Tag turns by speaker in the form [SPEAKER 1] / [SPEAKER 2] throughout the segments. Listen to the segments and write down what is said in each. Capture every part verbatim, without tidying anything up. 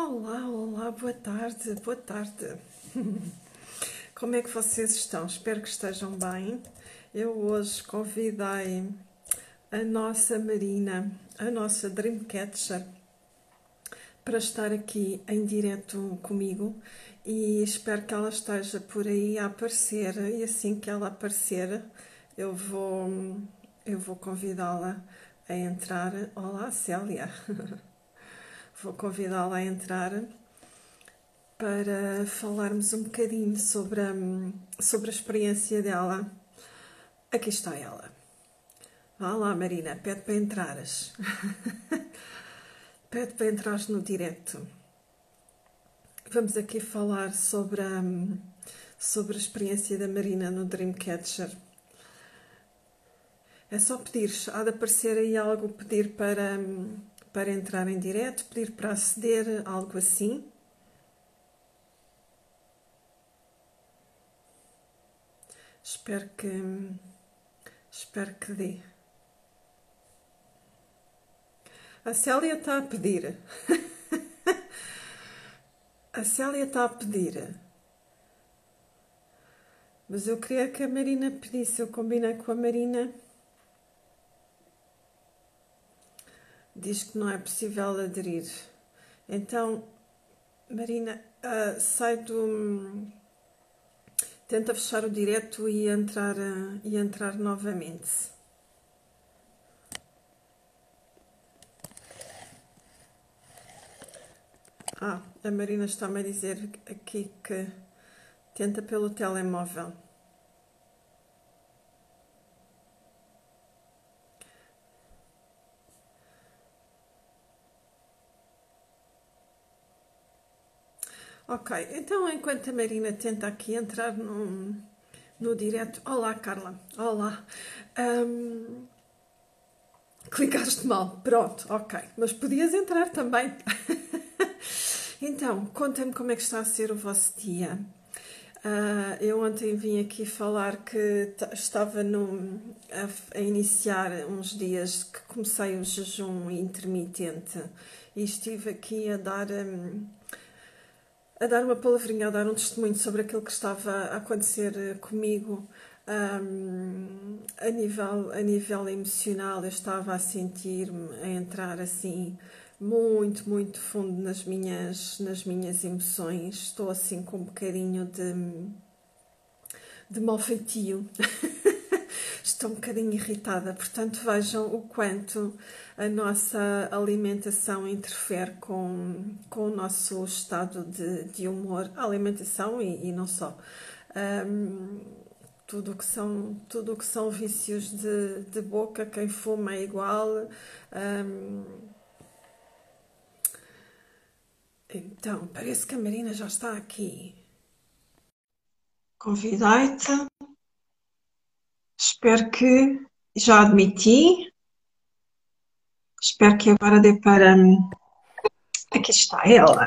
[SPEAKER 1] Olá, olá, boa tarde, boa tarde. Como é que vocês estão? Espero que estejam bem. Eu hoje convidei a nossa Marina, a nossa Dreamcatcher, para estar aqui em direto comigo e espero que ela esteja por aí a aparecer e assim que ela aparecer eu vou, eu vou convidá-la a entrar. Olá, Célia. Vou convidá-la a entrar para falarmos um bocadinho sobre a, sobre a experiência dela. Aqui está ela. Vá lá, Marina, pede para entrares. Pede para entrares no direto. Vamos aqui falar sobre a, sobre a experiência da Marina no Dreamcatcher. É só pedir, há de aparecer aí algo, pedir para, para entrar em direto, pedir para aceder, algo assim. Espero que, espero que dê. A Célia está a pedir. A Célia está a pedir. Mas eu queria que a Marina pedisse. Eu combinei com a Marina. Diz que não é possível aderir. Então, Marina, uh, sai do... Tenta fechar o direto e entrar, uh, e entrar novamente. Ah, a Marina está-me a dizer aqui que tenta pelo telemóvel. Ok, então enquanto a Marina tenta aqui entrar no, no direto... Olá, Carla. Olá. Um, clicaste mal. Pronto, ok. Mas podias entrar também. Então, contem-me como é que está a ser o vosso dia. Uh, eu ontem vim aqui falar que estava no, a, a iniciar uns dias que comecei o jejum intermitente e estive aqui a dar... Um, a dar uma palavrinha, a dar um testemunho sobre aquilo que estava a acontecer comigo um, a, nível, a nível emocional. Eu estava a sentir-me, a entrar assim muito, muito fundo nas minhas, nas minhas emoções. Estou assim com um bocadinho de, de mau feitio. Estou um bocadinho irritada, portanto vejam o quanto a nossa alimentação interfere com, com o nosso estado de, de humor, a alimentação e, e não só. Um, tudo que são, tudo que são vícios de, de boca, quem fuma é igual. Um, então, parece que a Marina já está aqui. Convidei-te. Espero que já admiti. Espero que agora dê para... Aqui está ela.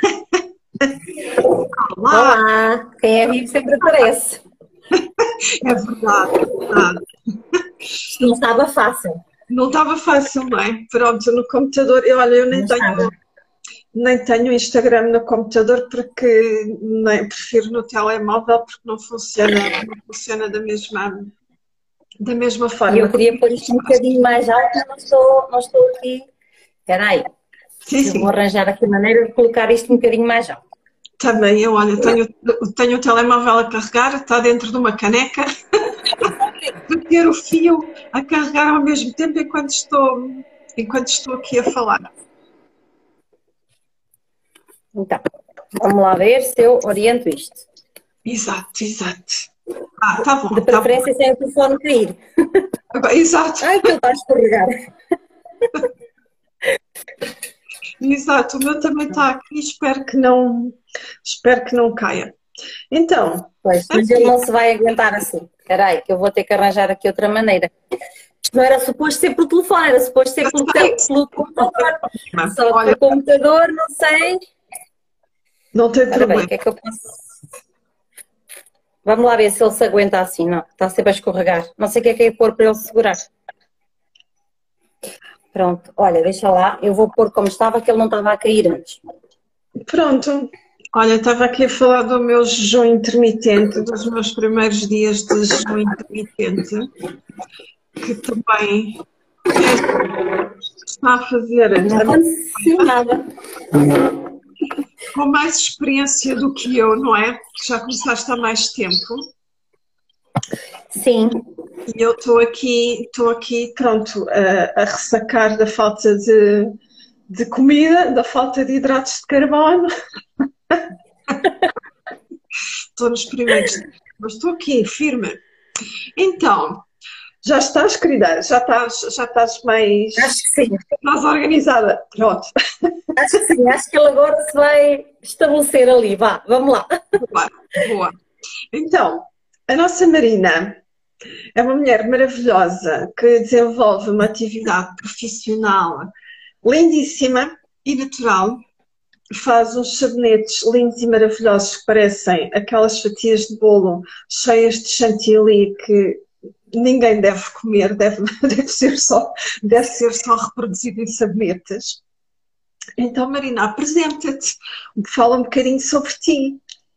[SPEAKER 2] Olá. Olá! Quem é vivo sempre aparece.
[SPEAKER 1] É verdade, é verdade.
[SPEAKER 2] Isto não estava fácil.
[SPEAKER 1] Não estava fácil, não é? Pronto, no computador, eu, olha, eu nem
[SPEAKER 2] Não
[SPEAKER 1] tenho,
[SPEAKER 2] estava.
[SPEAKER 1] nem tenho Instagram no computador porque nem, prefiro no telemóvel porque não funciona, não funciona da mesma, da mesma
[SPEAKER 2] E
[SPEAKER 1] forma.
[SPEAKER 2] eu queria pôr isto um bocadinho mais alto, mas não estou, não estou aqui. Espera aí.
[SPEAKER 1] Sim,
[SPEAKER 2] Eu vou
[SPEAKER 1] sim.
[SPEAKER 2] arranjar aqui a maneira de colocar isto um bocadinho mais alto.
[SPEAKER 1] Também eu, olha, tenho, tenho o telemóvel a carregar, está dentro de uma caneca, de ter o fio a carregar ao mesmo tempo enquanto estou, enquanto estou aqui a falar.
[SPEAKER 2] Então, vamos lá ver se eu oriento isto.
[SPEAKER 1] Exato, exato. Ah, está bom,
[SPEAKER 2] De
[SPEAKER 1] está bom.
[SPEAKER 2] preferência sem o telefone cair.
[SPEAKER 1] Exato.
[SPEAKER 2] Ai, que ele está a escorregar.
[SPEAKER 1] Exato, o meu também está aqui, espero que não, espero que não caia. Então,
[SPEAKER 2] Pois, mas ele não se vai aguentar assim. Espera aí, que eu vou ter que arranjar aqui outra maneira. Isto não era suposto ser pelo telefone, era suposto ser pelo, tel- pelo computador. Só que
[SPEAKER 1] olha,
[SPEAKER 2] o computador, não sei.
[SPEAKER 1] não tem
[SPEAKER 2] Ora bem,
[SPEAKER 1] problema.
[SPEAKER 2] o que é que eu posso... Vamos lá ver se ele se aguenta assim, não. Está sempre a escorregar. Não sei o que é que é pôr para ele segurar. Pronto, olha, deixa lá. Eu vou pôr como estava, que ele não estava a cair antes.
[SPEAKER 1] Pronto. Olha, estava aqui a falar do meu jejum intermitente, dos meus primeiros dias de jejum intermitente, que também está a fazer
[SPEAKER 2] Não aconteceu nada.
[SPEAKER 1] com mais experiência do que eu, não é? Já começaste há mais tempo.
[SPEAKER 2] Sim.
[SPEAKER 1] E eu estou aqui, estou aqui, pronto, a, a ressacar da falta de, de comida, da falta de hidratos de carbono. Estou nos primeiros, mas estou aqui, firme. Então, já estás, querida? Já estás, já estás mais...
[SPEAKER 2] Acho que sim.
[SPEAKER 1] Estás organizada? Pronto.
[SPEAKER 2] Acho que sim. Acho que ele agora se vai estabelecer ali. Vá, vamos lá.
[SPEAKER 1] Boa, boa. Então, a nossa Marina é uma mulher maravilhosa que desenvolve uma atividade profissional lindíssima e natural. Faz uns sabonetes lindos e maravilhosos que parecem aquelas fatias de bolo cheias de chantilly que ninguém deve comer, deve, deve, ser, só, deve ser só reproduzido em sabonetes. Então, Marina, apresenta-te, fala um bocadinho sobre ti.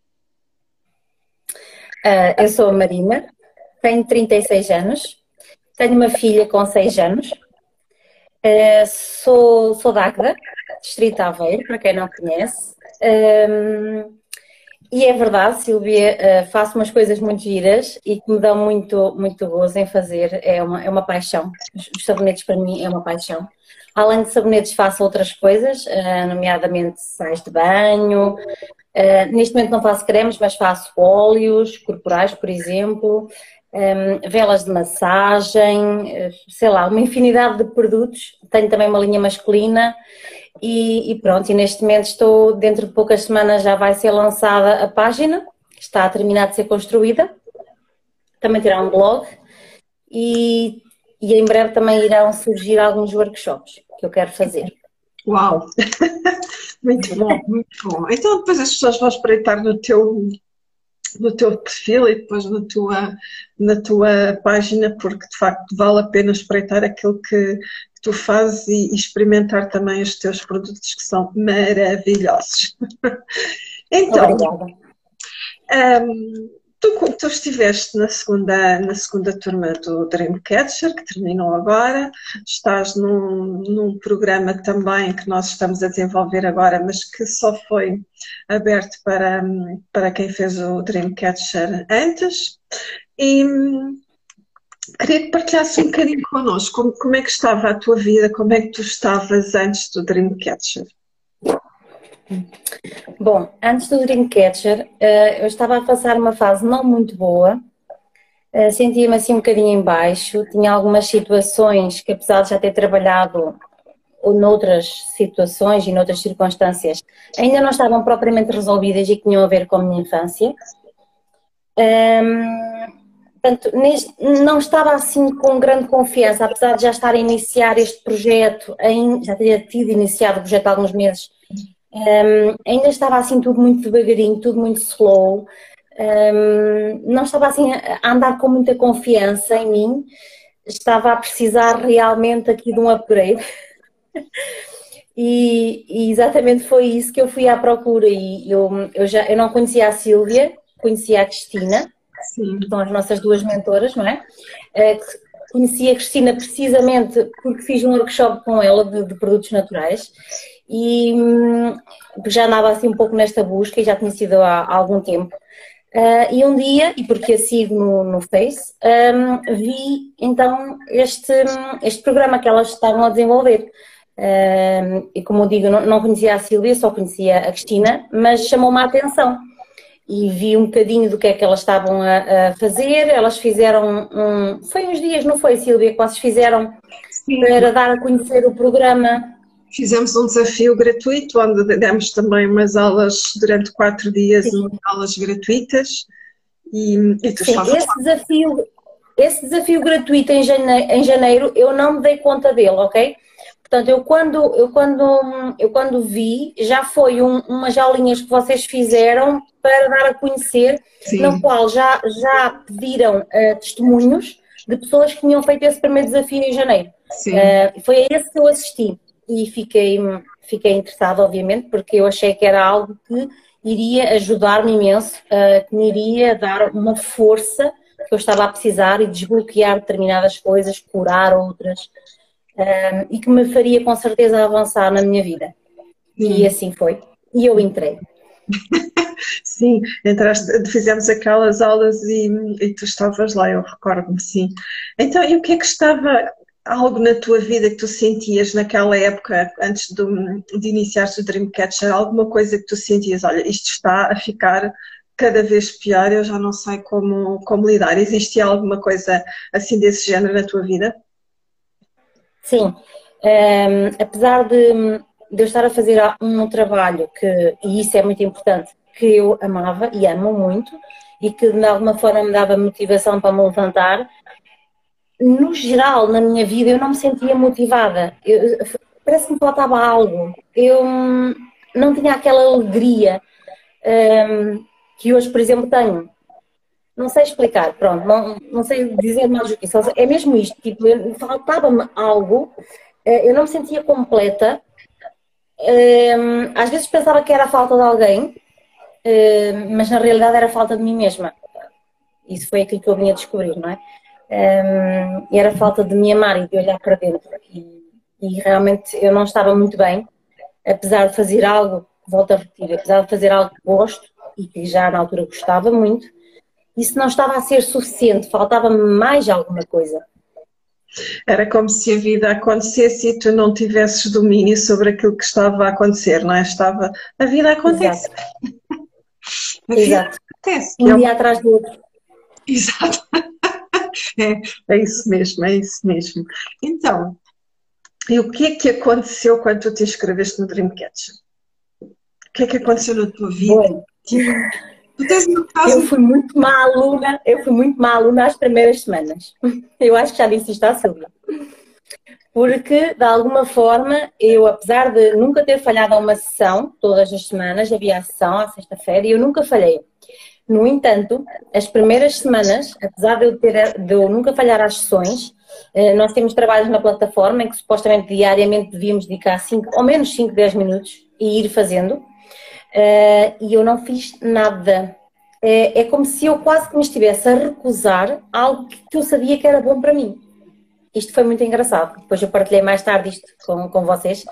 [SPEAKER 2] Uh, eu sou a Marina, tenho trinta e seis anos, tenho uma filha com seis anos, uh, sou, sou da Águeda, distrito de Aveiro, para quem não conhece. Um, e é verdade, Sílvia, uh, faço umas coisas muito giras e que me dão muito, muito gozo em fazer, é uma, é uma paixão. Os, os sabonetes para mim é uma paixão. Além de sabonetes faço outras coisas, uh, nomeadamente sais de banho. Uh, neste momento não faço cremes, mas faço óleos corporais, por exemplo, um, velas de massagem, uh, sei lá, uma infinidade de produtos. Tenho também uma linha masculina e, e pronto, e neste momento estou, dentro de poucas semanas já vai ser lançada a página, está a terminar de ser construída, também terá um blog e, e em breve também irão surgir alguns workshops que eu quero fazer.
[SPEAKER 1] Uau! Muito bom, muito bom. Então depois as pessoas vão espreitar no teu, no teu perfil e depois na tua, na tua página, porque de facto vale a pena espreitar aquilo que, que tu fazes e, e experimentar também os teus produtos que são maravilhosos. Então,
[SPEAKER 2] obrigada.
[SPEAKER 1] Um, tu, tu estiveste na segunda, na segunda turma do Dreamcatcher, que terminou agora, estás num, num programa também que nós estamos a desenvolver agora, mas que só foi aberto para, para quem fez o Dreamcatcher antes. E queria que partilhasse um bocadinho connosco como, como é que estava a tua vida, como é que tu estavas antes do Dreamcatcher.
[SPEAKER 2] Bom, antes do Dreamcatcher, eu estava a passar uma fase não muito boa, sentia-me assim um bocadinho em baixo, tinha algumas situações que, apesar de já ter trabalhado noutras situações e noutras circunstâncias, ainda não estavam propriamente resolvidas e que tinham a ver com a minha infância. Um, portanto, neste, não estava assim com grande confiança, apesar de já estar a iniciar este projeto, já teria tido iniciado o projeto há alguns meses. Um, ainda estava assim tudo muito devagarinho, tudo muito slow, um, não estava assim a andar com muita confiança em mim, estava a precisar realmente aqui de um upgrade e, e exatamente foi isso que eu fui à procura e eu, eu, já, eu não conhecia a Sílvia, conhecia a Cristina,
[SPEAKER 1] Sim.
[SPEAKER 2] Que são as nossas duas mentoras, não é? Uh, conheci a Cristina precisamente porque fiz um workshop com ela de, de produtos naturais e hum, já andava assim um pouco nesta busca e já tinha sido há, há algum tempo. Uh, e um dia, e porque a sigo no, no Face, um, vi então este, este programa que elas estavam a desenvolver. Um, e como eu digo, não, não conhecia a Sílvia, só conhecia a Cristina, mas chamou-me a atenção. E vi um bocadinho do que é que elas estavam a, a fazer. Elas fizeram, um, foi uns dias, não foi, Sílvia, que vocês fizeram Sim. para dar a conhecer o programa?
[SPEAKER 1] Fizemos um desafio gratuito, onde demos também umas aulas durante quatro dias, umas aulas gratuitas. E, e tu
[SPEAKER 2] Sim, esse desafio, esse desafio gratuito em janeiro, em janeiro, eu não me dei conta dele, ok? Portanto, eu quando, eu quando, eu quando vi, já foi um, umas aulinhas que vocês fizeram para dar a conhecer, Sim. no qual já, já pediram uh, testemunhos de pessoas que tinham feito esse primeiro desafio em janeiro. Uh, foi a esse que eu assisti. E fiquei, fiquei interessada, obviamente, porque eu achei que era algo que iria ajudar-me imenso, uh, que me iria dar uma força que eu estava a precisar e desbloquear determinadas coisas, curar outras, um, e que me faria com certeza avançar na minha vida. Sim. E assim foi. E eu entrei.
[SPEAKER 1] Sim, entraste, fizemos aquelas aulas e, e tu estavas lá, eu recordo-me, sim. Então, e o que é que estava, algo na tua vida que tu sentias naquela época, antes de, de iniciar-te o Dreamcatcher, alguma coisa que tu sentias, olha, isto está a ficar cada vez pior, eu já não sei como, como lidar. Existia alguma coisa assim desse género na tua vida?
[SPEAKER 2] Sim, um, apesar de, de eu estar a fazer um trabalho que, e isso é muito importante, que eu amava e amo muito e que de alguma forma me dava motivação para me levantar, no geral, na minha vida, eu não me sentia motivada. Eu, parece que me faltava algo. Eu não tinha aquela alegria um, que hoje, por exemplo, tenho. Não sei explicar, pronto, não, não sei dizer mais do que isso. É mesmo isto, tipo, faltava-me algo, eu não me sentia completa. Às vezes pensava que era a falta de alguém, mas na realidade era a falta de mim mesma. Isso foi aquilo que eu vinha a descobrir, não é? E era a falta de me amar e de olhar para dentro. E, e realmente eu não estava muito bem, apesar de fazer algo, volto a repetir, apesar de fazer algo que gosto e que já na altura gostava muito, isso não estava a ser suficiente, faltava-me mais alguma coisa.
[SPEAKER 1] Era como se a vida acontecesse e tu não tivesses domínio sobre aquilo que estava a acontecer, não é? Estava, a vida acontece.
[SPEAKER 2] Exato. A vida Exato. acontece. Um dia é... atrás do outro.
[SPEAKER 1] Exato. É, é isso mesmo, é isso mesmo. Então, e o que é que aconteceu quando tu te inscreveste no Dreamcatcher? O que é que aconteceu na tua vida?
[SPEAKER 2] Bom, tu tens uma casa... Eu fui muito má aluna, eu fui muito má aluna às primeiras semanas. Eu acho que já disse isto à Silvia. Porque, de alguma forma, eu, apesar de nunca ter falhado a uma sessão, todas as semanas havia a sessão, à sexta-feira, e eu nunca falhei. No entanto, as primeiras semanas, apesar de eu, ter, de eu nunca falhar às sessões, nós temos trabalhos na plataforma em que supostamente diariamente devíamos dedicar cinco, ao menos cinco, dez minutos e ir fazendo. E eu não fiz nada. É, é como se eu quase que me estivesse a recusar algo que eu sabia que era bom para mim. Isto foi muito engraçado. Depois eu partilhei mais tarde isto com, com vocês.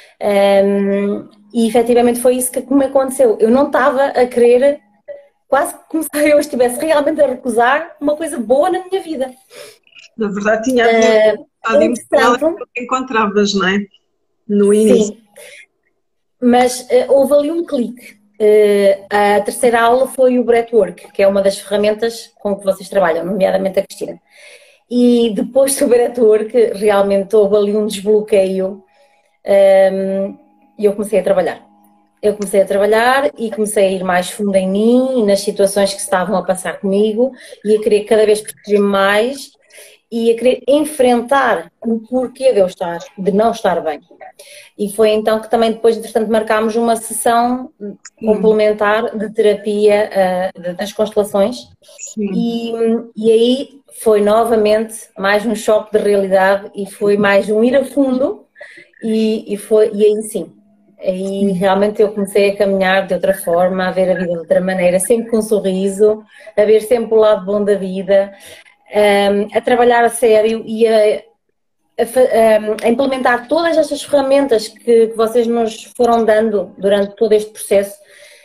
[SPEAKER 2] Um, e efetivamente foi isso que me aconteceu. Eu não estava a querer... Quase como se eu estivesse realmente a recusar uma coisa boa na minha vida.
[SPEAKER 1] Na verdade, tinha a ver com a emocional que encontravas, não é? No início.
[SPEAKER 2] Sim. Mas uh, houve ali um clique. Uh, a terceira aula foi o Breathwork, que é uma das ferramentas com que vocês trabalham, nomeadamente a Cristina. E depois do Breathwork, realmente houve ali um desbloqueio um, e eu comecei a trabalhar. Eu comecei a trabalhar e comecei a ir mais fundo em mim e nas situações que se estavam a passar comigo e a querer cada vez proteger-me mais e a querer enfrentar o porquê de eu estar, de não estar bem. E foi então que também depois, entretanto, marcámos uma sessão complementar de terapia uh, das constelações e, e aí foi novamente mais um choque de realidade e foi mais um ir a fundo e, e, foi, e aí sim. Aí realmente eu comecei a caminhar de outra forma, a ver a vida de outra maneira, sempre com um sorriso, a ver sempre o lado bom da vida, um, a trabalhar a sério e a, a, a implementar todas estas ferramentas que, que vocês nos foram dando durante todo este processo.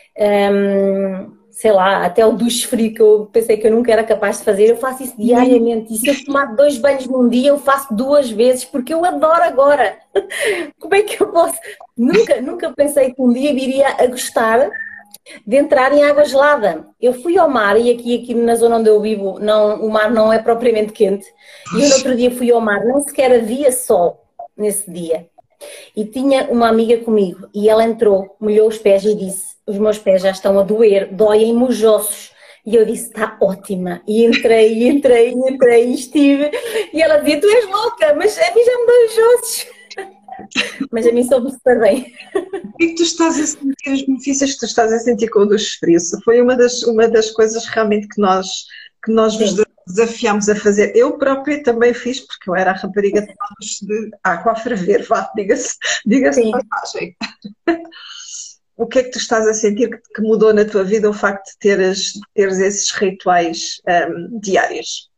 [SPEAKER 2] Um, sei lá, até o duche frio que eu pensei que eu nunca era capaz de fazer, eu faço isso diariamente. E se eu tomar dois banhos num dia, eu faço duas vezes, porque eu adoro agora. Como é que eu posso? Nunca, nunca pensei que um dia viria a gostar de entrar em água gelada. Eu fui ao mar, e aqui, aqui na zona onde eu vivo, não, o mar não é propriamente quente, e eu no outro dia fui ao mar, nem sequer havia sol nesse dia. E tinha uma amiga comigo, e ela entrou, molhou os pés e disse: os meus pés já estão a doer, doem-me os ossos. E eu disse: está ótima. E entrei, entrei, entrei e estive. E ela dizia: tu és louca, mas a mim já me dói os ossos. Mas a mim soube super bem.
[SPEAKER 1] O que é que tu estás a sentir, os benefícios que tu estás a sentir com o duche frio? Foi uma das, uma das coisas realmente que nós, que nós vos damos desafiámos a fazer. Eu própria também fiz, porque eu era a rapariga de água a ferver, vá, diga-se diga-se de
[SPEAKER 2] Sim.
[SPEAKER 1] passagem. O que é que tu estás a sentir que, que mudou na tua vida o facto de teres, de teres esses rituais um, diários?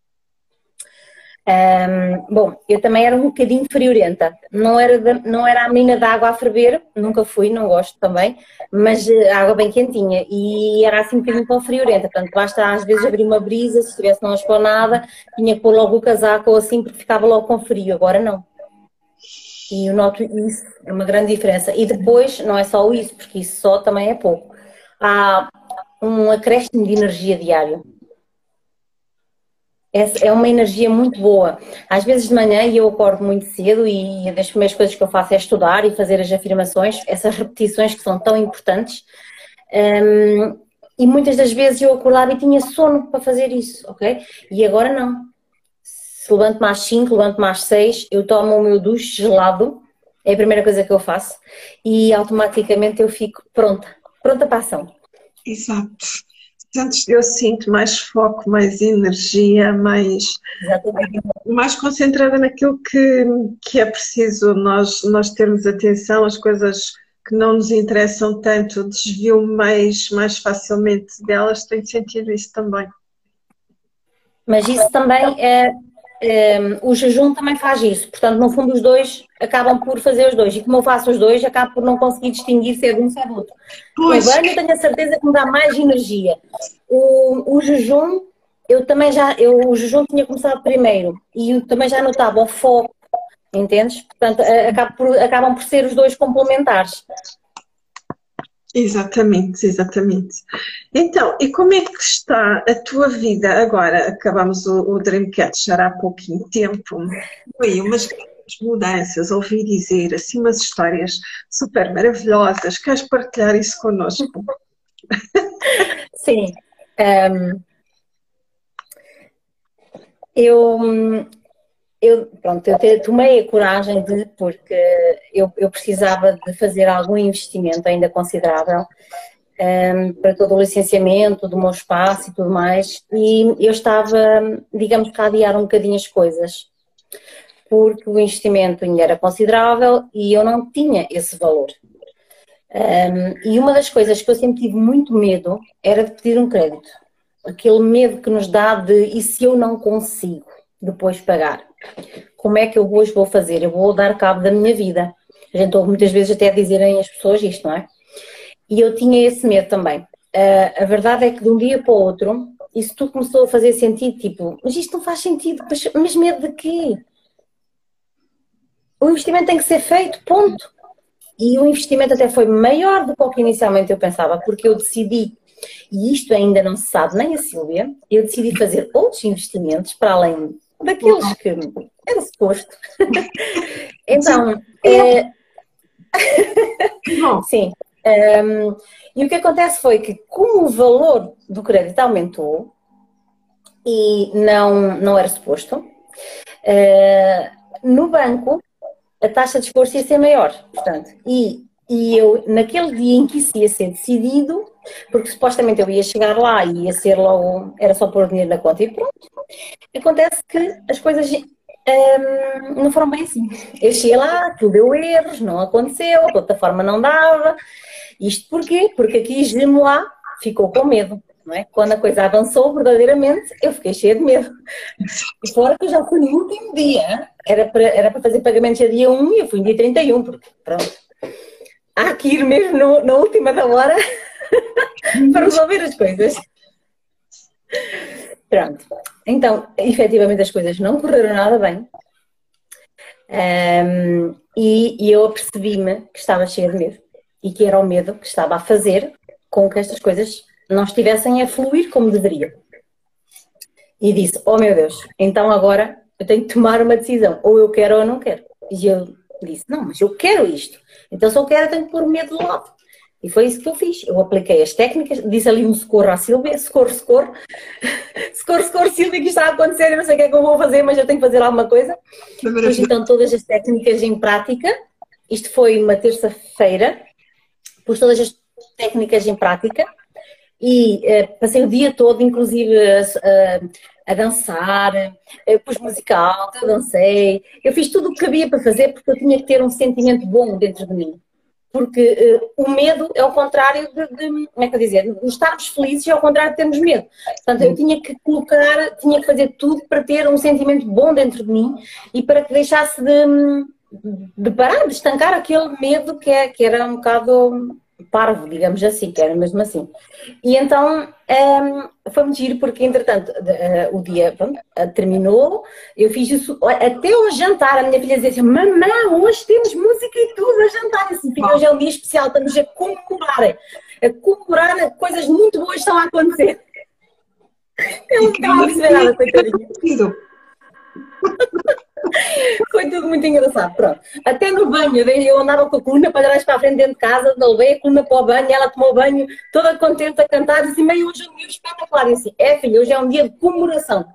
[SPEAKER 2] Um, bom, eu também era um bocadinho friorenta, não era, de, não era a menina da água a ferver, nunca fui, não gosto também, mas uh, água bem quentinha e era assim um bocadinho para friorenta, portanto basta às vezes abrir uma brisa, se estivesse numa esplanada, tinha que pôr logo o casaco ou assim porque ficava logo com frio, agora não. E eu noto isso, é uma grande diferença. E depois, não é só isso, porque isso só também é pouco, há um acréscimo de energia diário. É uma energia muito boa. Às vezes de manhã eu acordo muito cedo e das primeiras coisas que eu faço é estudar e fazer as afirmações, essas repetições que são tão importantes. Um, e muitas das vezes eu acordava e tinha sono para fazer isso, ok? E agora não. Se levanto-me às cinco, levanto-me às seis, eu tomo o meu duche gelado, é a primeira coisa que eu faço, e automaticamente eu fico pronta, pronta para a ação.
[SPEAKER 1] Exato. Eu sinto mais foco, mais energia, mais, mais concentrada naquilo que, que é preciso nós, nós termos atenção, as coisas que não nos interessam tanto, desvio mais, mais facilmente delas, tenho sentido isso também.
[SPEAKER 2] Mas isso também é, é, o jejum também faz isso, portanto no fundo os dois acabam por fazer os dois, e como eu faço os dois, acabo por não conseguir distinguir se é de um se é do outro. Pois. O banho eu tenho a certeza que me dá mais energia. O, o jejum, eu também já, eu, o jejum tinha começado primeiro e eu também já notava o foco, entendes? Portanto, acabam por, acabam por ser os dois complementares.
[SPEAKER 1] Exatamente, exatamente. Então, e como é que está a tua vida agora? Acabamos o, o Dreamcatcher há pouquinho tempo. Foi umas mudanças, ouvi dizer, assim, umas histórias super maravilhosas. Queres partilhar isso connosco?
[SPEAKER 2] Sim. Um, eu, eu, pronto, eu te, tomei a coragem de, porque eu, eu precisava de fazer algum investimento ainda considerável um, para todo o licenciamento do meu espaço e tudo mais, e eu estava, digamos que a adiar um bocadinho as coisas, porque o investimento ainda era considerável e eu não tinha esse valor. Um, e uma das coisas que eu sempre tive muito medo era de pedir um crédito. Aquele medo que nos dá de, e se eu não consigo depois pagar? Como é que eu hoje vou fazer? Eu vou dar cabo da minha vida. A gente ouve muitas vezes até dizerem as pessoas isto, não é? E eu tinha esse medo também. Uh, a verdade é que de um dia para o outro, isso tudo começou a fazer sentido, tipo, mas isto não faz sentido, mas, mas medo de quê? O investimento tem que ser feito, ponto. E o investimento até foi maior do que o que inicialmente eu pensava, porque eu decidi, e isto ainda não se sabe nem a Sílvia, eu decidi fazer outros investimentos para além daqueles que era suposto. Então, é... sim. Um, e o que acontece foi que, como o valor do crédito aumentou e não, não era suposto, uh, no banco a taxa de esforço ia ser maior, portanto, e, e eu, naquele dia em que isso ia ser decidido, porque supostamente eu ia chegar lá e ia ser logo, era só pôr dinheiro na conta e pronto, acontece que as coisas um, não foram bem assim. Eu cheguei lá, tudo deu erros, não aconteceu, a plataforma não dava. Isto porquê? Porque aqui Gemoá ficou com medo. Não é? Quando a coisa avançou verdadeiramente, eu fiquei cheia de medo. E fora que eu já fui no último dia, era para, era para fazer pagamentos a dia um e eu fui no dia trinta e um, porque pronto, há que ir mesmo no, na última da hora para resolver as coisas. Pronto, então, efetivamente as coisas não correram nada bem um, e, e eu apercebi-me que estava cheia de medo e que era o medo que estava a fazer com que estas coisas não estivessem a fluir como deveriam. E disse, oh meu Deus, então agora eu tenho que tomar uma decisão, ou eu quero ou eu não quero. E eu disse, não, mas eu quero isto. Então se eu quero, eu tenho que pôr o medo de lado. E foi isso que eu fiz. Eu apliquei as técnicas, disse ali um socorro à Sílvia, socorro, socorro, socorro, socorro, Sílvia, que isto está a acontecer, eu não sei o que é que eu vou fazer, mas eu tenho que fazer alguma coisa. Pus então todas as técnicas em prática. Isto foi uma terça-feira, pus todas as técnicas em prática. E uh, passei o dia todo, inclusive uh, a dançar, eu pus música alta, eu dancei, eu fiz tudo o que havia para fazer porque eu tinha que ter um sentimento bom dentro de mim. Porque uh, o medo é o contrário de, de, como é que eu dizer, de estarmos felizes é o contrário de termos medo. Portanto, eu tinha que colocar, tinha que fazer tudo para ter um sentimento bom dentro de mim e para que deixasse de, de parar, de estancar aquele medo que, é, que era um bocado parvo, digamos assim, que era mesmo assim. E então um, foi muito giro porque, entretanto, uh, o dia pronto, uh, terminou, eu fiz isso, até ao jantar, a minha filha dizia assim, mamãe, hoje temos música e tudo a jantar, assim, filha, hoje é um dia especial, estamos a comemorar, a comemorar coisas muito boas que estão a acontecer. Eu não estava a perceber nada, coitadinha. Foi tudo muito engraçado, pronto. Até no banho, eu andava com a coluna para trás para a frente dentro de casa, levei a coluna para o banho, ela tomou banho, toda contente a cantar, disse, meio hoje é um dia espetacular. Eu disse, é filha, hoje é um dia de comemoração.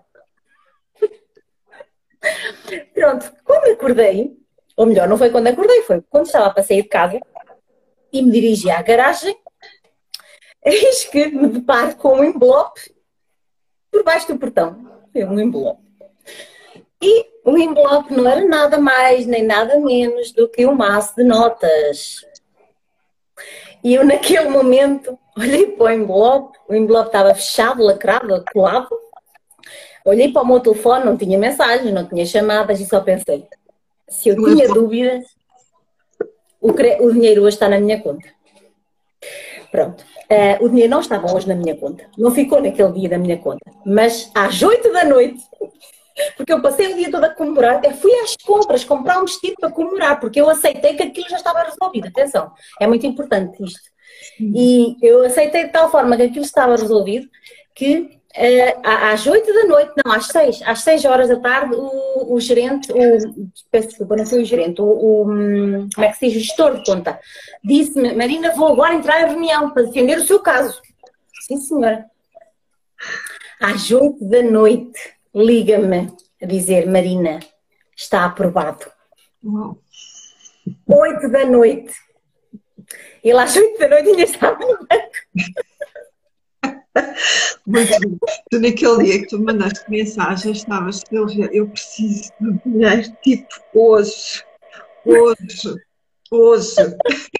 [SPEAKER 2] Pronto, quando acordei, ou melhor, não foi quando acordei, foi quando estava para sair de casa e me dirigi à garagem, eis que me deparo com um envelope por baixo do portão. Foi um envelope. E o envelope não era nada mais nem nada menos do que um maço de notas. E eu naquele momento olhei para o envelope, o envelope estava fechado, lacrado, colado. Olhei para o meu telefone, não tinha mensagens, não tinha chamadas e só pensei, se eu tinha dúvidas, o, o dinheiro hoje está na minha conta. Pronto, uh, o dinheiro não estava hoje na minha conta, não ficou naquele dia na minha conta, mas às oito da noite, porque eu passei o dia todo a comemorar, até fui às compras comprar um vestido para comemorar, porque eu aceitei que aquilo já estava resolvido. Atenção, é muito importante isto. Sim. E eu aceitei de tal forma que aquilo estava resolvido que uh, às oito da noite, não, às seis, às seis horas da tarde, o, o gerente, o, peço desculpa, não foi o gerente, o, o, como é que se diz, o gestor de conta, disse-me, Marina, vou agora entrar em reunião para defender o seu caso. Sim, senhora. Às oito da noite, liga-me a dizer, Marina, está aprovado. Oito da noite. Ele às oito da noite ainda estava no banco.
[SPEAKER 1] Mas tu naquele dia que tu mandaste mensagem, estavas a dizer, eu preciso de dinheiro, tipo, hoje, hoje, hoje.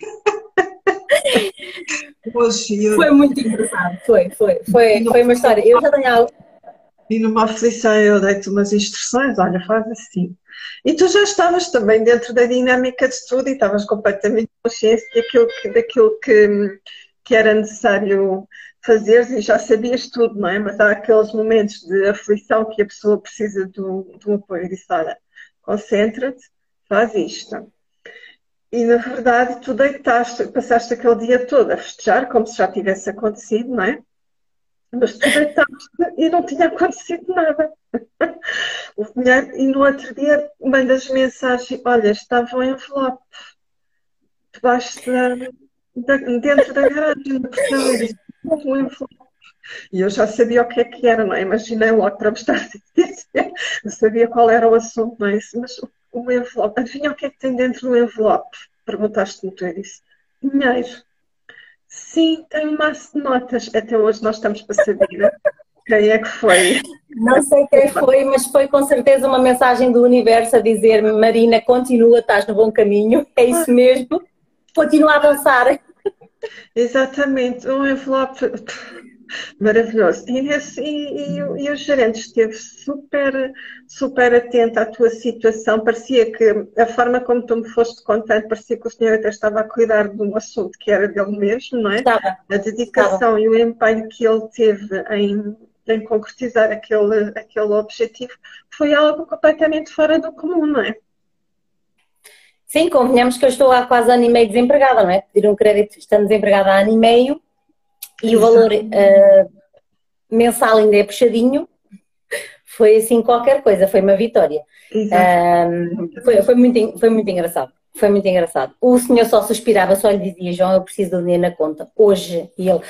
[SPEAKER 1] Hoje eu...
[SPEAKER 2] Foi muito engraçado, foi, foi, foi, foi uma história. Eu já tenho algo.
[SPEAKER 1] E numa aflição eu dei-te umas instruções, olha, faz assim. E tu já estavas também dentro da dinâmica de tudo e estavas completamente consciente daquilo que, daquilo que, que era necessário fazer e já sabias tudo, não é? Mas há aqueles momentos de aflição que a pessoa precisa de um, de um apoio. Eu disse, olha, concentra-te, faz isto. E na verdade tu deitaste, passaste aquele dia todo a festejar como se já tivesse acontecido, não é? Mas tu deitaste e não tinha acontecido nada. O dinheiro, e no outro dia mandas mensagem, olha, estava um envelope debaixo da, da, dentro da garagem, no portão, eu disse, um envelope. E eu já sabia o que é que era, não é? Imaginei logo para me estar a dizer, eu sabia qual era o assunto, não é? Mas o envelope, adivinha o que é que tem dentro do envelope? Perguntaste-me tu, eu disse, dinheiro. Sim, tem um maço de notas. Até hoje nós estamos para saber quem é que foi.
[SPEAKER 2] Não sei quem foi, mas foi com certeza uma mensagem do universo a dizer Marina, continua, estás no bom caminho. É isso mesmo. Continua a avançar.
[SPEAKER 1] Exatamente. Um envelope maravilhoso. E, nesse, e, e, e o gerente esteve super, super atento à tua situação. Parecia que a forma como tu me foste contando, parecia que o senhor até estava a cuidar de um assunto que era dele mesmo, não é?
[SPEAKER 2] Estava.
[SPEAKER 1] A dedicação estava. E o empenho que ele teve em, em concretizar aquele, aquele objetivo foi algo completamente fora do comum, não é?
[SPEAKER 2] Sim, convenhamos que eu estou há quase ano e meio desempregada, não é? Pedir um crédito estando desempregada há ano e meio. E o valor uh, mensal ainda é puxadinho, foi assim qualquer coisa, foi uma vitória. Uh, foi, foi, muito, foi muito engraçado, foi muito engraçado. O senhor só suspirava, só lhe dizia, João, eu preciso do dinheiro na conta, hoje, e ele...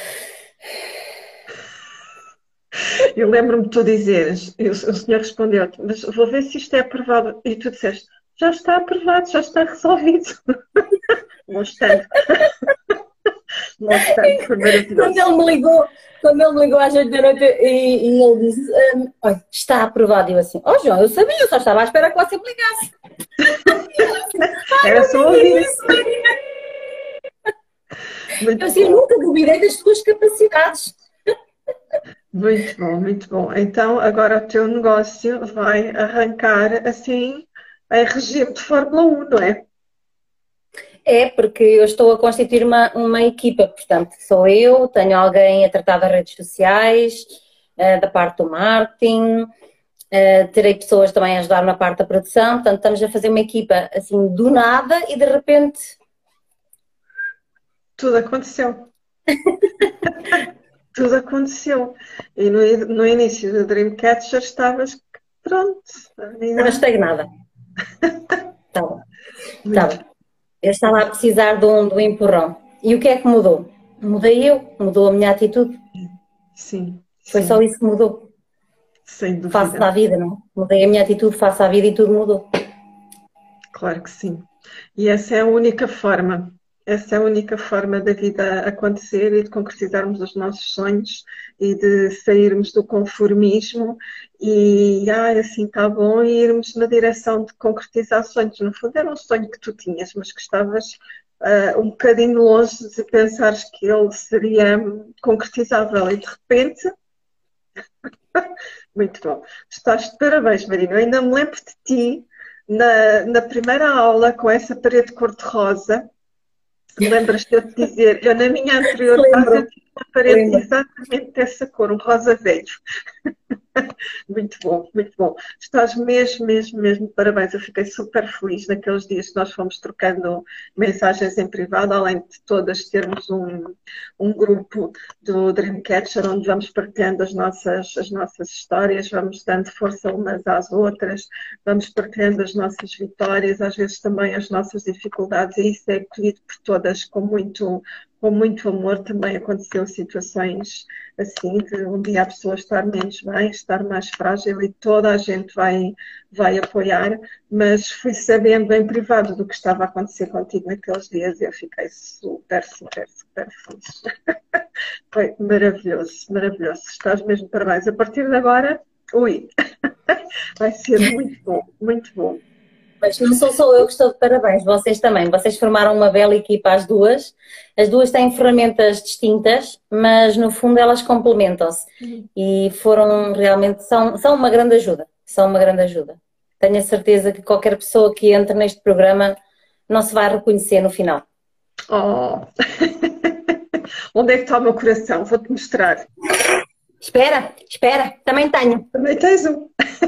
[SPEAKER 1] Eu lembro-me de tu dizeres, e o senhor respondeu-te, mas vou ver se isto é aprovado, e tu disseste, já está aprovado, já está resolvido. Não está. Não sei, foi
[SPEAKER 2] Quando
[SPEAKER 1] maravilhoso.
[SPEAKER 2] ele me ligou, quando ele me ligou às oito da noite e, e ele disse, hum, olha, está aprovado. E eu assim, oh João, eu sabia, eu só estava à espera que você me ligasse.
[SPEAKER 1] Era só
[SPEAKER 2] É
[SPEAKER 1] ouvir.
[SPEAKER 2] isso, Marina. Eu
[SPEAKER 1] Muito
[SPEAKER 2] assim,
[SPEAKER 1] bom,
[SPEAKER 2] nunca duvidei das tuas capacidades.
[SPEAKER 1] muito bom, muito bom. Então, agora o teu negócio vai arrancar assim em regime de Fórmula um, não é?
[SPEAKER 2] É, porque eu estou a constituir uma, uma equipa, portanto, sou eu, tenho alguém a tratar das redes sociais, eh, da parte do marketing, eh, terei pessoas também a ajudar na parte da produção, portanto, estamos a fazer uma equipa assim do nada e de repente.
[SPEAKER 1] Tudo aconteceu. Tudo aconteceu. E no, no início do Dreamcatcher estavas pronto, a
[SPEAKER 2] Estava
[SPEAKER 1] vida.
[SPEAKER 2] estagnada. Estava,
[SPEAKER 1] Muito.
[SPEAKER 2] estava. Eu estava a precisar de um, de um empurrão. E o que é que mudou? Mudei eu, mudou a minha atitude.
[SPEAKER 1] Sim,
[SPEAKER 2] Foi só
[SPEAKER 1] sim,
[SPEAKER 2] isso que mudou.
[SPEAKER 1] sem
[SPEAKER 2] Face
[SPEAKER 1] dúvida.
[SPEAKER 2] à vida, não? Mudei a minha atitude face à vida e tudo mudou.
[SPEAKER 1] Claro que sim. E essa é a única forma. Essa é a única forma da vida acontecer e de concretizarmos os nossos sonhos e de sairmos do conformismo e, ah, assim está bom, e irmos na direção de concretizar sonhos. No fundo, era um sonho que tu tinhas, mas que estavas ah, um bocadinho longe de pensares que ele seria concretizável e de repente, muito bom. Estás de parabéns, Marina. Eu ainda me lembro de ti na, na primeira aula com essa parede cor-de-rosa. Lembras-te de eu te dizer, eu na minha anterior casa eu
[SPEAKER 2] Lembro,
[SPEAKER 1] tinha uma parede
[SPEAKER 2] lembro.
[SPEAKER 1] exatamente dessa cor, um rosa velho. Muito bom, muito bom. Estás mesmo, mesmo, mesmo de parabéns. Eu fiquei super feliz naqueles dias que nós fomos trocando mensagens em privado, além de todas termos um, um grupo do Dreamcatcher onde vamos partilhando as nossas, as nossas histórias, vamos dando força umas às outras, vamos partilhando as nossas vitórias, às vezes também as nossas dificuldades, e isso é acolhido por todas com muito, com muito amor. Também aconteceu situações assim, de um dia a pessoa estar menos bem, estar mais frágil e toda a gente vai, vai apoiar, mas fui sabendo em privado do que estava a acontecer contigo naqueles dias e eu fiquei super, super, super feliz. Foi maravilhoso, maravilhoso. Estás mesmo de parabéns. A partir de agora, ui, vai ser muito bom, muito bom.
[SPEAKER 2] Mas não sou só eu que estou de parabéns, vocês também. Vocês formaram uma bela equipa, as duas. As duas têm ferramentas distintas, mas no fundo elas complementam-se. E foram realmente, são, são uma grande ajuda. São uma grande ajuda. Tenho a certeza que qualquer pessoa que entre neste programa não se vai reconhecer no final.
[SPEAKER 1] Oh. Onde é que está o meu coração? Vou-te mostrar.
[SPEAKER 2] Espera, espera, também tenho.
[SPEAKER 1] Também tens um.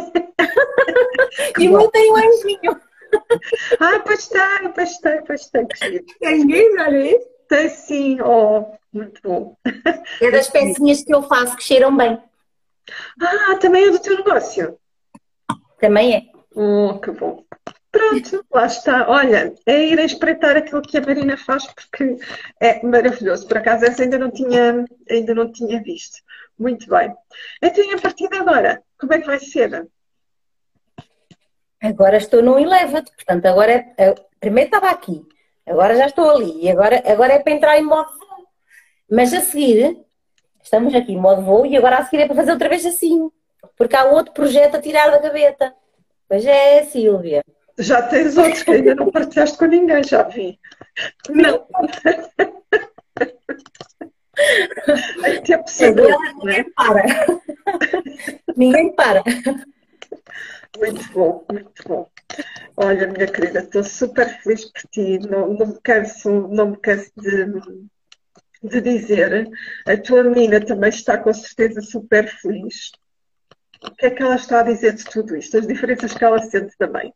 [SPEAKER 2] E o meu tem um anjinho.
[SPEAKER 1] Ah, pois tem, pois tem, pois tem. Que giro.
[SPEAKER 2] Ninguém, olha isso.
[SPEAKER 1] Tem sim, oh, muito bom.
[SPEAKER 2] É das pecinhas que eu faço que cheiram bem.
[SPEAKER 1] Ah, também é do teu negócio.
[SPEAKER 2] Também é.
[SPEAKER 1] Oh, que bom. Pronto, lá está. Olha, é ir a espreitar aquilo que a Marina faz porque é maravilhoso. Por acaso essa ainda não tinha, ainda não tinha visto. Muito bem. Então, e a partir de agora, como é que vai ser?
[SPEAKER 2] Agora estou no Eleva-te, portanto, agora é, é- primeiro estava aqui, agora já estou ali, e agora, agora é para entrar em modo voo. Mas a seguir, estamos aqui em modo voo e agora a seguir é para fazer outra vez assim, porque há outro projeto a tirar da gaveta. Pois é, Sílvia.
[SPEAKER 1] Já tens outros que ainda não partilhaste com ninguém, já vi.
[SPEAKER 2] Não.
[SPEAKER 1] Em tempo sabor, não é?
[SPEAKER 2] Ninguém para. Ninguém para.
[SPEAKER 1] Muito bom, muito bom. Olha, minha querida, estou super feliz por ti. Não, não me canso, não me canso de, de dizer. A tua menina também está com certeza super feliz. O que é que ela está a dizer de tudo isto? As diferenças que ela sente também.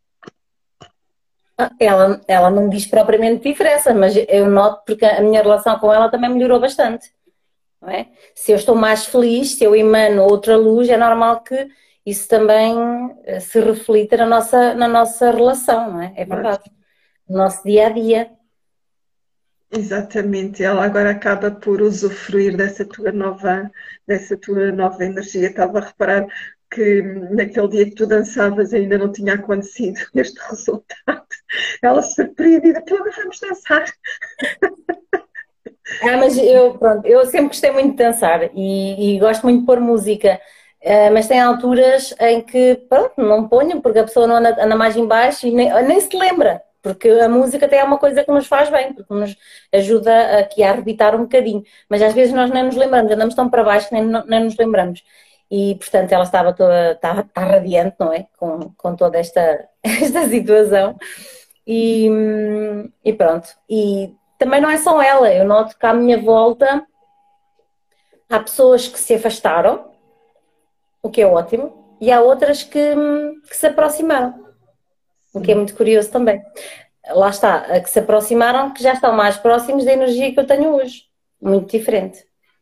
[SPEAKER 2] Ela, ela não diz propriamente diferença, mas eu noto porque a minha relação com ela também melhorou bastante. Não é? Se eu estou mais feliz, se eu emano outra luz, é normal que isso também eh, se reflita na nossa, na nossa relação, não é? É verdade. No nosso dia a dia.
[SPEAKER 1] Exatamente, ela agora acaba por usufruir dessa tua nova, dessa tua nova energia. Estava a reparar que naquele dia que tu dançavas ainda não tinha acontecido este resultado. Ela surpreendida, então vamos dançar.
[SPEAKER 2] Ah, mas eu, pronto, eu sempre gostei muito de dançar e, e gosto muito de pôr música. Ah, mas tem alturas em que, pronto, não ponho, porque a pessoa não anda, anda mais em baixo e nem, nem se lembra, porque a música até é uma coisa que nos faz bem, porque nos ajuda aqui a arrebitar um bocadinho. Mas às vezes nós nem nos lembramos, andamos tão para baixo que nem, nem nos lembramos. E, portanto, ela estava toda, está, está radiante, não é? Com, com toda esta, esta situação. E, hum, e pronto. E também não é só ela, eu noto que à minha volta há pessoas que se afastaram, o que é ótimo, e há outras que, hum, que se aproximaram, o que é
[SPEAKER 1] Sim.
[SPEAKER 2] muito curioso também. Lá está, a que se aproximaram, que já estão mais próximos da energia que eu tenho hoje. Muito diferente.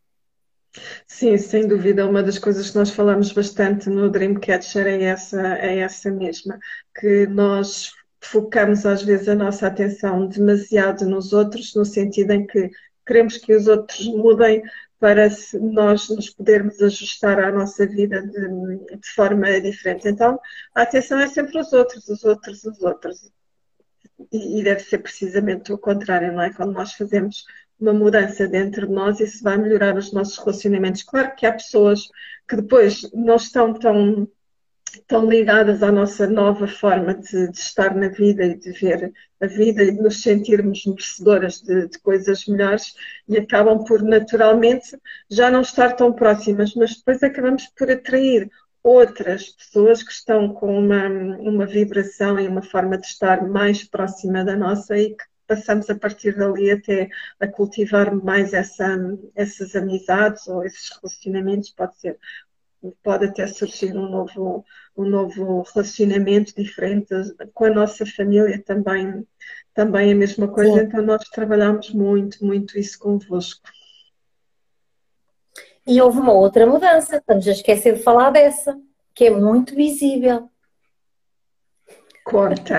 [SPEAKER 1] Sim, sem dúvida, uma das coisas que nós falamos bastante no Dreamcatcher é essa, é essa mesma, que nós focamos às vezes a nossa atenção demasiado nos outros, no sentido em que queremos que os outros mudem para se- nós nos podermos ajustar à nossa vida de, de forma diferente. Então, a atenção é sempre os outros, os outros, os outros. E, e deve ser precisamente o contrário, não é? Quando nós fazemos uma mudança dentro de nós, isso vai melhorar os nossos relacionamentos. Claro que há pessoas que depois não estão tão, tão ligadas à nossa nova forma de, de estar na vida e de ver a vida e de nos sentirmos merecedoras de, de coisas melhores e acabam por naturalmente já não estar tão próximas, mas depois acabamos por atrair outras pessoas que estão com uma, uma vibração e uma forma de estar mais próxima da nossa e que passamos a partir dali até a cultivar mais essa, essas amizades ou esses relacionamentos, pode ser, pode até surgir um novo, um novo relacionamento diferente com a nossa família também, também é a mesma coisa,
[SPEAKER 2] Sim.
[SPEAKER 1] então nós trabalhamos muito, muito isso convosco.
[SPEAKER 2] E houve uma outra mudança, estamos a esquecer de falar dessa, que é muito visível.
[SPEAKER 1] Conta.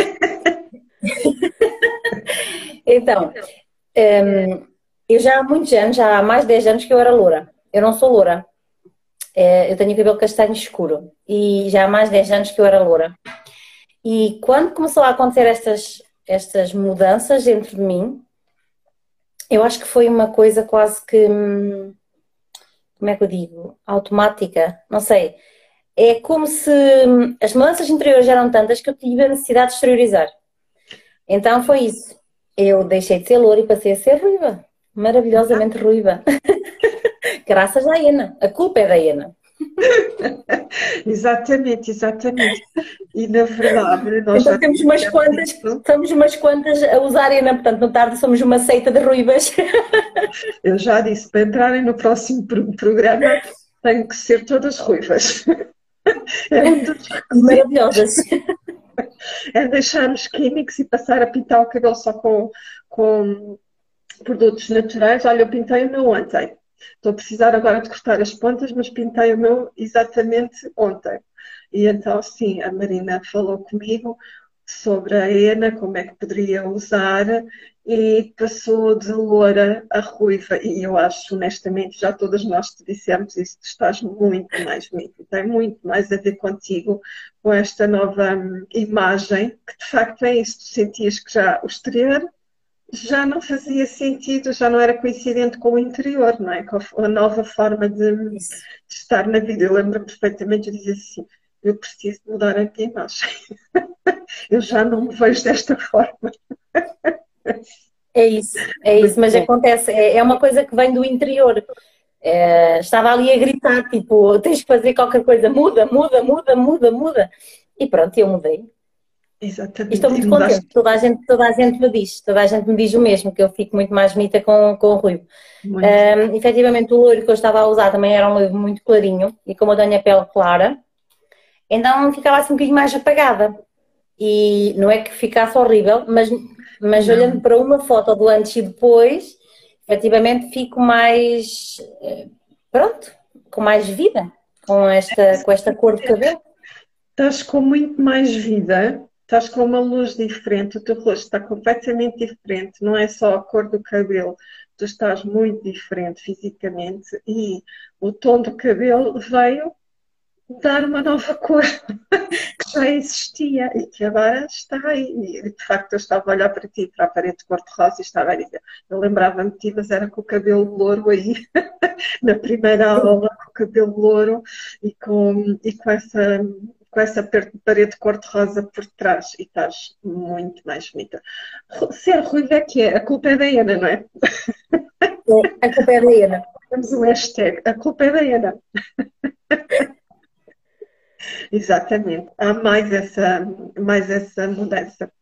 [SPEAKER 2] Então, hum, eu já há muitos anos, já há mais de dez anos que eu era loura. Eu não sou loura. É, eu tenho cabelo castanho escuro e já há mais de dez anos que eu era loura. E quando começou a acontecer estas, estas mudanças dentro de mim, eu acho que foi uma coisa quase que, hum, como é que eu digo, automática, não sei. É como se hum, as mudanças interiores eram tantas que eu tive a necessidade de exteriorizar. Então foi isso. Eu deixei de ser loura e passei a ser ruiva. Maravilhosamente ruiva. Graças à Iena. A culpa é da Iena.
[SPEAKER 1] Exatamente, exatamente. E na verdade, nós
[SPEAKER 2] Então
[SPEAKER 1] já
[SPEAKER 2] temos umas
[SPEAKER 1] dissemos
[SPEAKER 2] quantas,
[SPEAKER 1] isso.
[SPEAKER 2] somos umas quantas a usar a Iena. Portanto, no tarde somos uma seita de ruivas.
[SPEAKER 1] Eu já disse, para entrarem no próximo pro- programa, têm que ser todas ruivas. É um dos
[SPEAKER 2] E
[SPEAKER 1] requisitos.
[SPEAKER 2] maravilhosas.
[SPEAKER 1] É deixarmos químicos e passar a pintar o cabelo só com, com produtos naturais. Olha, eu pintei o meu ontem. Estou a precisar agora de cortar as pontas, mas pintei o meu exatamente ontem. E então, sim, a Marina falou comigo sobre a Ena, como é que poderia usar, e passou de loura a ruiva. E eu acho, honestamente, já todas nós te dissemos isso, tu estás muito mais bonita, tem muito mais a ver contigo, com esta nova hum, imagem, que de facto é isso, tu sentias que já o exterior já não fazia sentido, já não era coincidente com o interior, não é? Com a nova forma de, de
[SPEAKER 2] Isso.
[SPEAKER 1] estar na vida. Eu lembro-me perfeitamente de dizer assim, eu preciso mudar a minha imagem. Eu já não me vejo desta forma.
[SPEAKER 2] É isso, é isso.
[SPEAKER 1] Muito
[SPEAKER 2] Mas
[SPEAKER 1] bom.
[SPEAKER 2] acontece, é, é uma coisa que vem do interior. É, estava ali a gritar, tipo, tens que fazer qualquer coisa, muda, muda, muda, muda, muda. E pronto, eu mudei. E estou
[SPEAKER 1] Exatamente. E
[SPEAKER 2] muito
[SPEAKER 1] mudaste
[SPEAKER 2] contente. Toda a gente, toda a gente me diz, toda a gente me diz o mesmo, que eu fico muito mais bonita com, com o ruivo.
[SPEAKER 1] muito.
[SPEAKER 2] Um, efetivamente, o loiro que eu estava a usar também era um loiro muito clarinho e como eu tenho a pele clara, então ficava assim um bocadinho mais apagada. E não é que ficasse horrível, mas, mas olhando
[SPEAKER 1] Não.
[SPEAKER 2] para uma foto do antes e depois, efetivamente fico mais, eh, pronto, com mais vida, com esta, com esta cor de cabelo.
[SPEAKER 1] Estás com muito mais vida, estás com uma luz diferente, o teu rosto está completamente diferente, não é só a cor do cabelo, tu estás muito diferente fisicamente e o tom do cabelo veio
[SPEAKER 3] dar uma nova cor que já existia e que agora está aí. E de facto eu estava a olhar para ti, para a parede de cor-de-rosa e estava a dizer, eu lembrava-me de ti, mas era com o cabelo louro aí, na primeira aula, com o cabelo louro e com, e com essa, com essa parede de cor-de-rosa por trás e estás muito mais bonita. Ser ruiva é que é, a culpa é da Ana, não é?
[SPEAKER 2] É, a culpa é da Ana.
[SPEAKER 3] Temos um hashtag, a culpa é da Ana. Exatamente, há mais essa, mais essa mudança.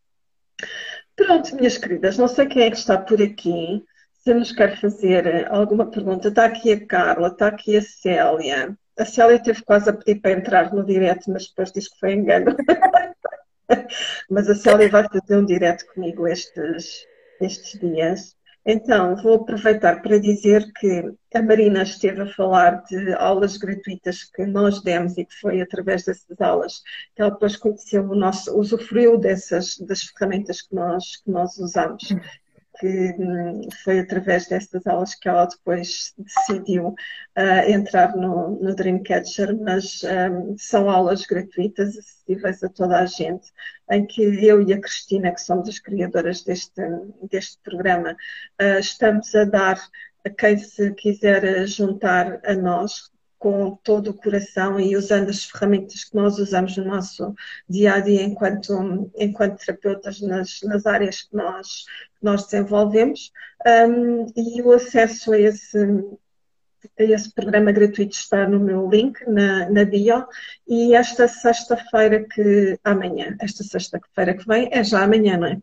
[SPEAKER 3] Pronto, minhas queridas, não sei quem é que está por aqui, se nos quer fazer alguma pergunta. Está aqui a Carla, está aqui a Célia. A Célia teve quase a pedir para entrar no direto, mas depois disse que foi engano. Mas a Célia vai fazer um direto comigo estes, estes dias. Então, vou aproveitar para dizer que a Marina esteve a falar de aulas gratuitas que nós demos e que foi através dessas aulas que ela depois conheceu o nosso, usufruiu dessas, das ferramentas que nós, que nós usamos, que hum, foi através destas aulas que ela depois decidiu uh, entrar no, no Dreamcatcher, mas um, são aulas gratuitas, acessíveis a toda a gente, em que eu e a Cristina, que somos as criadoras deste, deste programa, uh, estamos a dar a quem se quiser juntar a nós, com todo o coração e usando as ferramentas que nós usamos no nosso dia a dia enquanto, enquanto terapeutas nas, nas áreas que nós, que nós desenvolvemos. Um, e o acesso a esse, a esse programa gratuito está no meu link, na, na bio, e esta sexta-feira que, amanhã, esta sexta-feira que vem, é já amanhã, não é?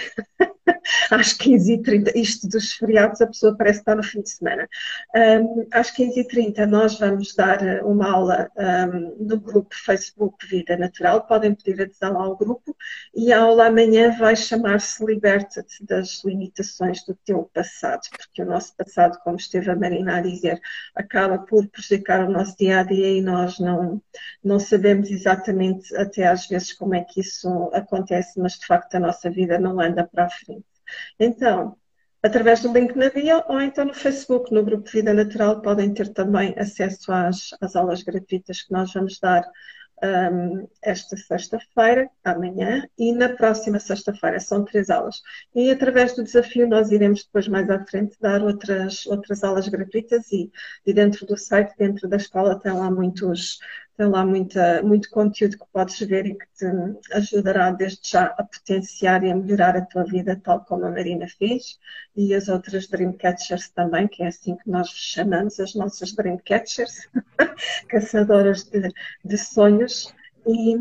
[SPEAKER 3] Às quinze e trinta, isto dos feriados, a pessoa parece que está no fim de semana. Um, às quinze e trinta nós vamos dar uma aula um, no grupo Facebook Vida Natural, podem pedir adesão ao grupo, e a aula amanhã vai chamar-se Liberta-te das limitações do teu passado, porque o nosso passado, como esteve a Marina a dizer, acaba por prejudicar o nosso dia-a-dia e nós não, não sabemos exatamente até às vezes como é que isso acontece, mas de facto a nossa vida não anda para a frente. Então, através do link na bio ou então no Facebook, no grupo Vida Natural, podem ter também acesso às, às aulas gratuitas que nós vamos dar um, esta sexta-feira, amanhã, e na próxima sexta-feira. São três aulas. E através do desafio nós iremos depois mais à frente dar outras, outras aulas gratuitas e, e dentro do site, dentro da escola, tem lá muitos... Tem lá muita, muito conteúdo que podes ver e que te ajudará desde já a potenciar e a melhorar a tua vida, tal como a Marina fez, e as outras Dreamcatchers também, que é assim que nós chamamos, as nossas Dreamcatchers, caçadoras de, de sonhos. E,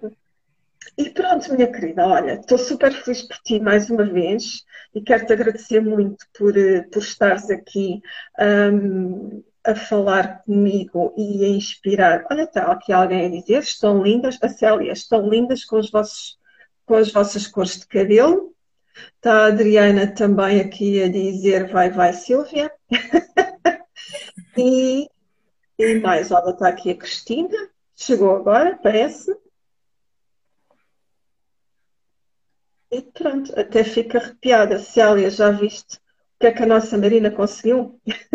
[SPEAKER 3] e pronto, minha querida, olha, estou super feliz por ti mais uma vez e quero-te agradecer muito por, por estares aqui um, a falar comigo e a inspirar. Olha, está aqui alguém a dizer, estão lindas, a Célia, estão lindas com, os vossos, com as vossas cores de cabelo. Está a Adriana também aqui a dizer, vai, vai, Silvia. e, e mais, olha, está aqui a Cristina, chegou agora, parece. E pronto, até fica arrepiada. Célia, já viste o que é que a nossa Marina conseguiu?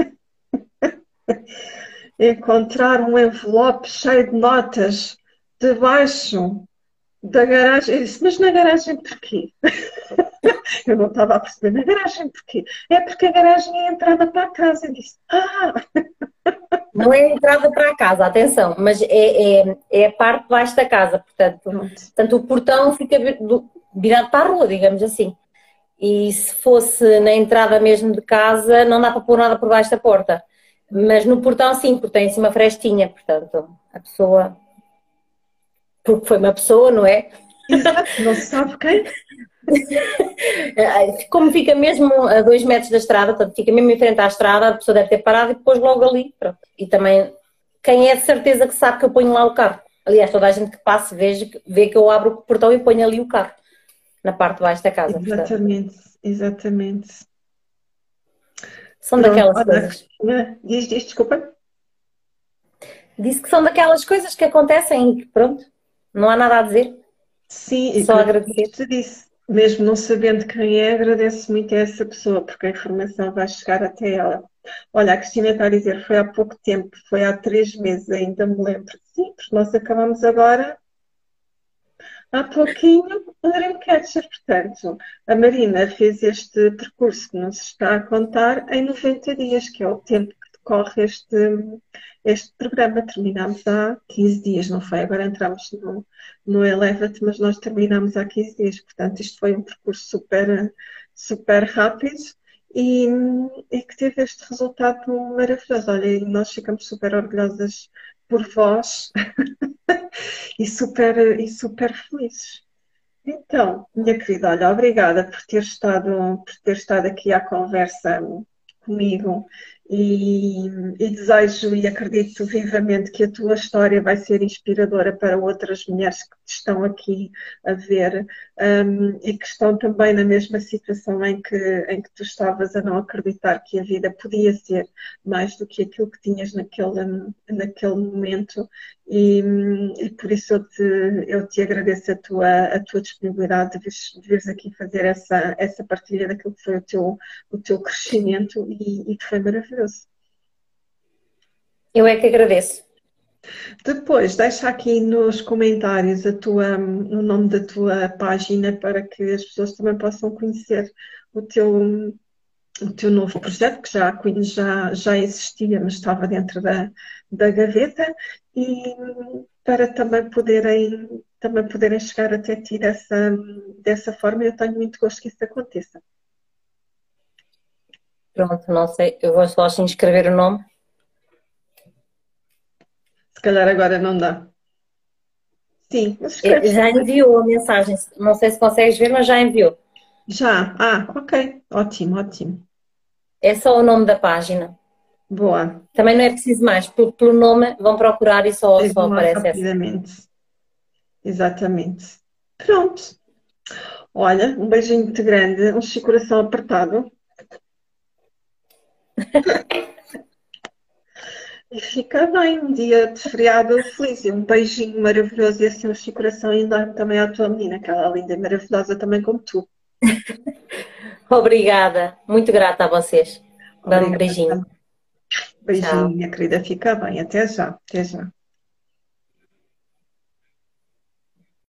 [SPEAKER 3] Encontrar um envelope cheio de notas debaixo da garagem. Eu disse, mas na garagem porquê? Eu não estava a perceber. Na garagem porquê? É porque a garagem é a entrada para a casa. Eu disse, ah!
[SPEAKER 2] Não é a entrada para a casa, atenção, mas é, é, é a parte de baixo da casa. Portanto, portanto, o portão fica virado para a rua, digamos assim. E se fosse na entrada mesmo de casa, não dá para pôr nada por baixo da porta. Mas no portão sim, porque tem assim uma frestinha, portanto, a pessoa... Porque foi uma pessoa, não é?
[SPEAKER 3] Exato, não se sabe quem.
[SPEAKER 2] Como fica mesmo a dois metros da estrada, portanto, fica mesmo em frente à estrada, a pessoa deve ter parado e depois logo ali, pronto. E também, quem é de certeza que sabe que eu ponho lá o carro? Aliás, toda a gente que passa veja, vê que eu abro o portão e ponho ali o carro, na parte de baixo da casa.
[SPEAKER 3] Exatamente, portanto. Exatamente.
[SPEAKER 2] São
[SPEAKER 3] Pronto,
[SPEAKER 2] daquelas
[SPEAKER 3] olha,
[SPEAKER 2] coisas.
[SPEAKER 3] Diz, diz, desculpa.
[SPEAKER 2] Disse que são daquelas coisas que acontecem e pronto, não há nada a dizer.
[SPEAKER 3] Sim,
[SPEAKER 2] só agradecer.
[SPEAKER 3] Te disse, mesmo não sabendo quem é, agradeço muito a essa pessoa, porque a informação vai chegar até ela. Olha, a Cristina está a dizer, foi há pouco tempo, foi há três meses, ainda me lembro. Sim, porque nós acabamos agora há pouquinho o Dreamcatcher. Portanto, a Marina fez este percurso que nos está a contar em noventa dias, que é o tempo que decorre este, este programa. Terminámos há quinze dias, não foi? Agora entramos no, no Elevate, mas nós terminámos há quinze dias. Portanto, isto foi um percurso super, super rápido. E, e que teve este resultado maravilhoso. Olha, e nós ficamos super orgulhosas por vós e super, e super felizes. Então, minha querida, olha, obrigada por ter estado, por ter estado aqui à conversa comigo e, e desejo e acredito vivamente que a tua história vai ser inspiradora para outras mulheres que te estão aqui a ver, um, e que estão também na mesma situação em que, em que tu estavas, a não acreditar que a vida podia ser mais do que aquilo que tinhas naquele, naquele momento. E, e por isso eu te, eu te agradeço a tua, a tua disponibilidade de vires, de vires aqui fazer essa, essa partilha daquilo que foi o teu, o teu crescimento e, e que foi maravilhoso.
[SPEAKER 2] Eu é que agradeço.
[SPEAKER 3] Depois, deixa aqui nos comentários a tua, o nome da tua página para que as pessoas também possam conhecer o teu, o teu novo projeto, que já, já, já existia, mas estava dentro da, da gaveta, e para também poderem, também poderem chegar até ti dessa, dessa forma. Eu tenho muito gosto que isso aconteça.
[SPEAKER 2] Pronto, não sei, eu vou só assim escrever o nome.
[SPEAKER 3] Se calhar agora não dá. Sim, mas escreve.
[SPEAKER 2] Já enviou a mensagem, não sei se consegues ver, mas já enviou.
[SPEAKER 3] Já? Ah, ok. Ótimo, ótimo.
[SPEAKER 2] É só o nome da página.
[SPEAKER 3] Boa.
[SPEAKER 2] Também não é preciso mais, pelo, pelo nome vão procurar e só, só aparece
[SPEAKER 3] rapidamente. Essa. Exatamente. Pronto. Olha, um beijinho muito grande, um coração apertado. E fica bem, um dia de feriado feliz e um beijinho maravilhoso e assim um coração enorme também à tua menina, que ela é linda e maravilhosa também como tu.
[SPEAKER 2] Obrigada, muito grata a vocês. Dá um beijinho.
[SPEAKER 3] Beijinho,
[SPEAKER 2] Tchau.
[SPEAKER 3] minha querida, fica bem, até já, até já.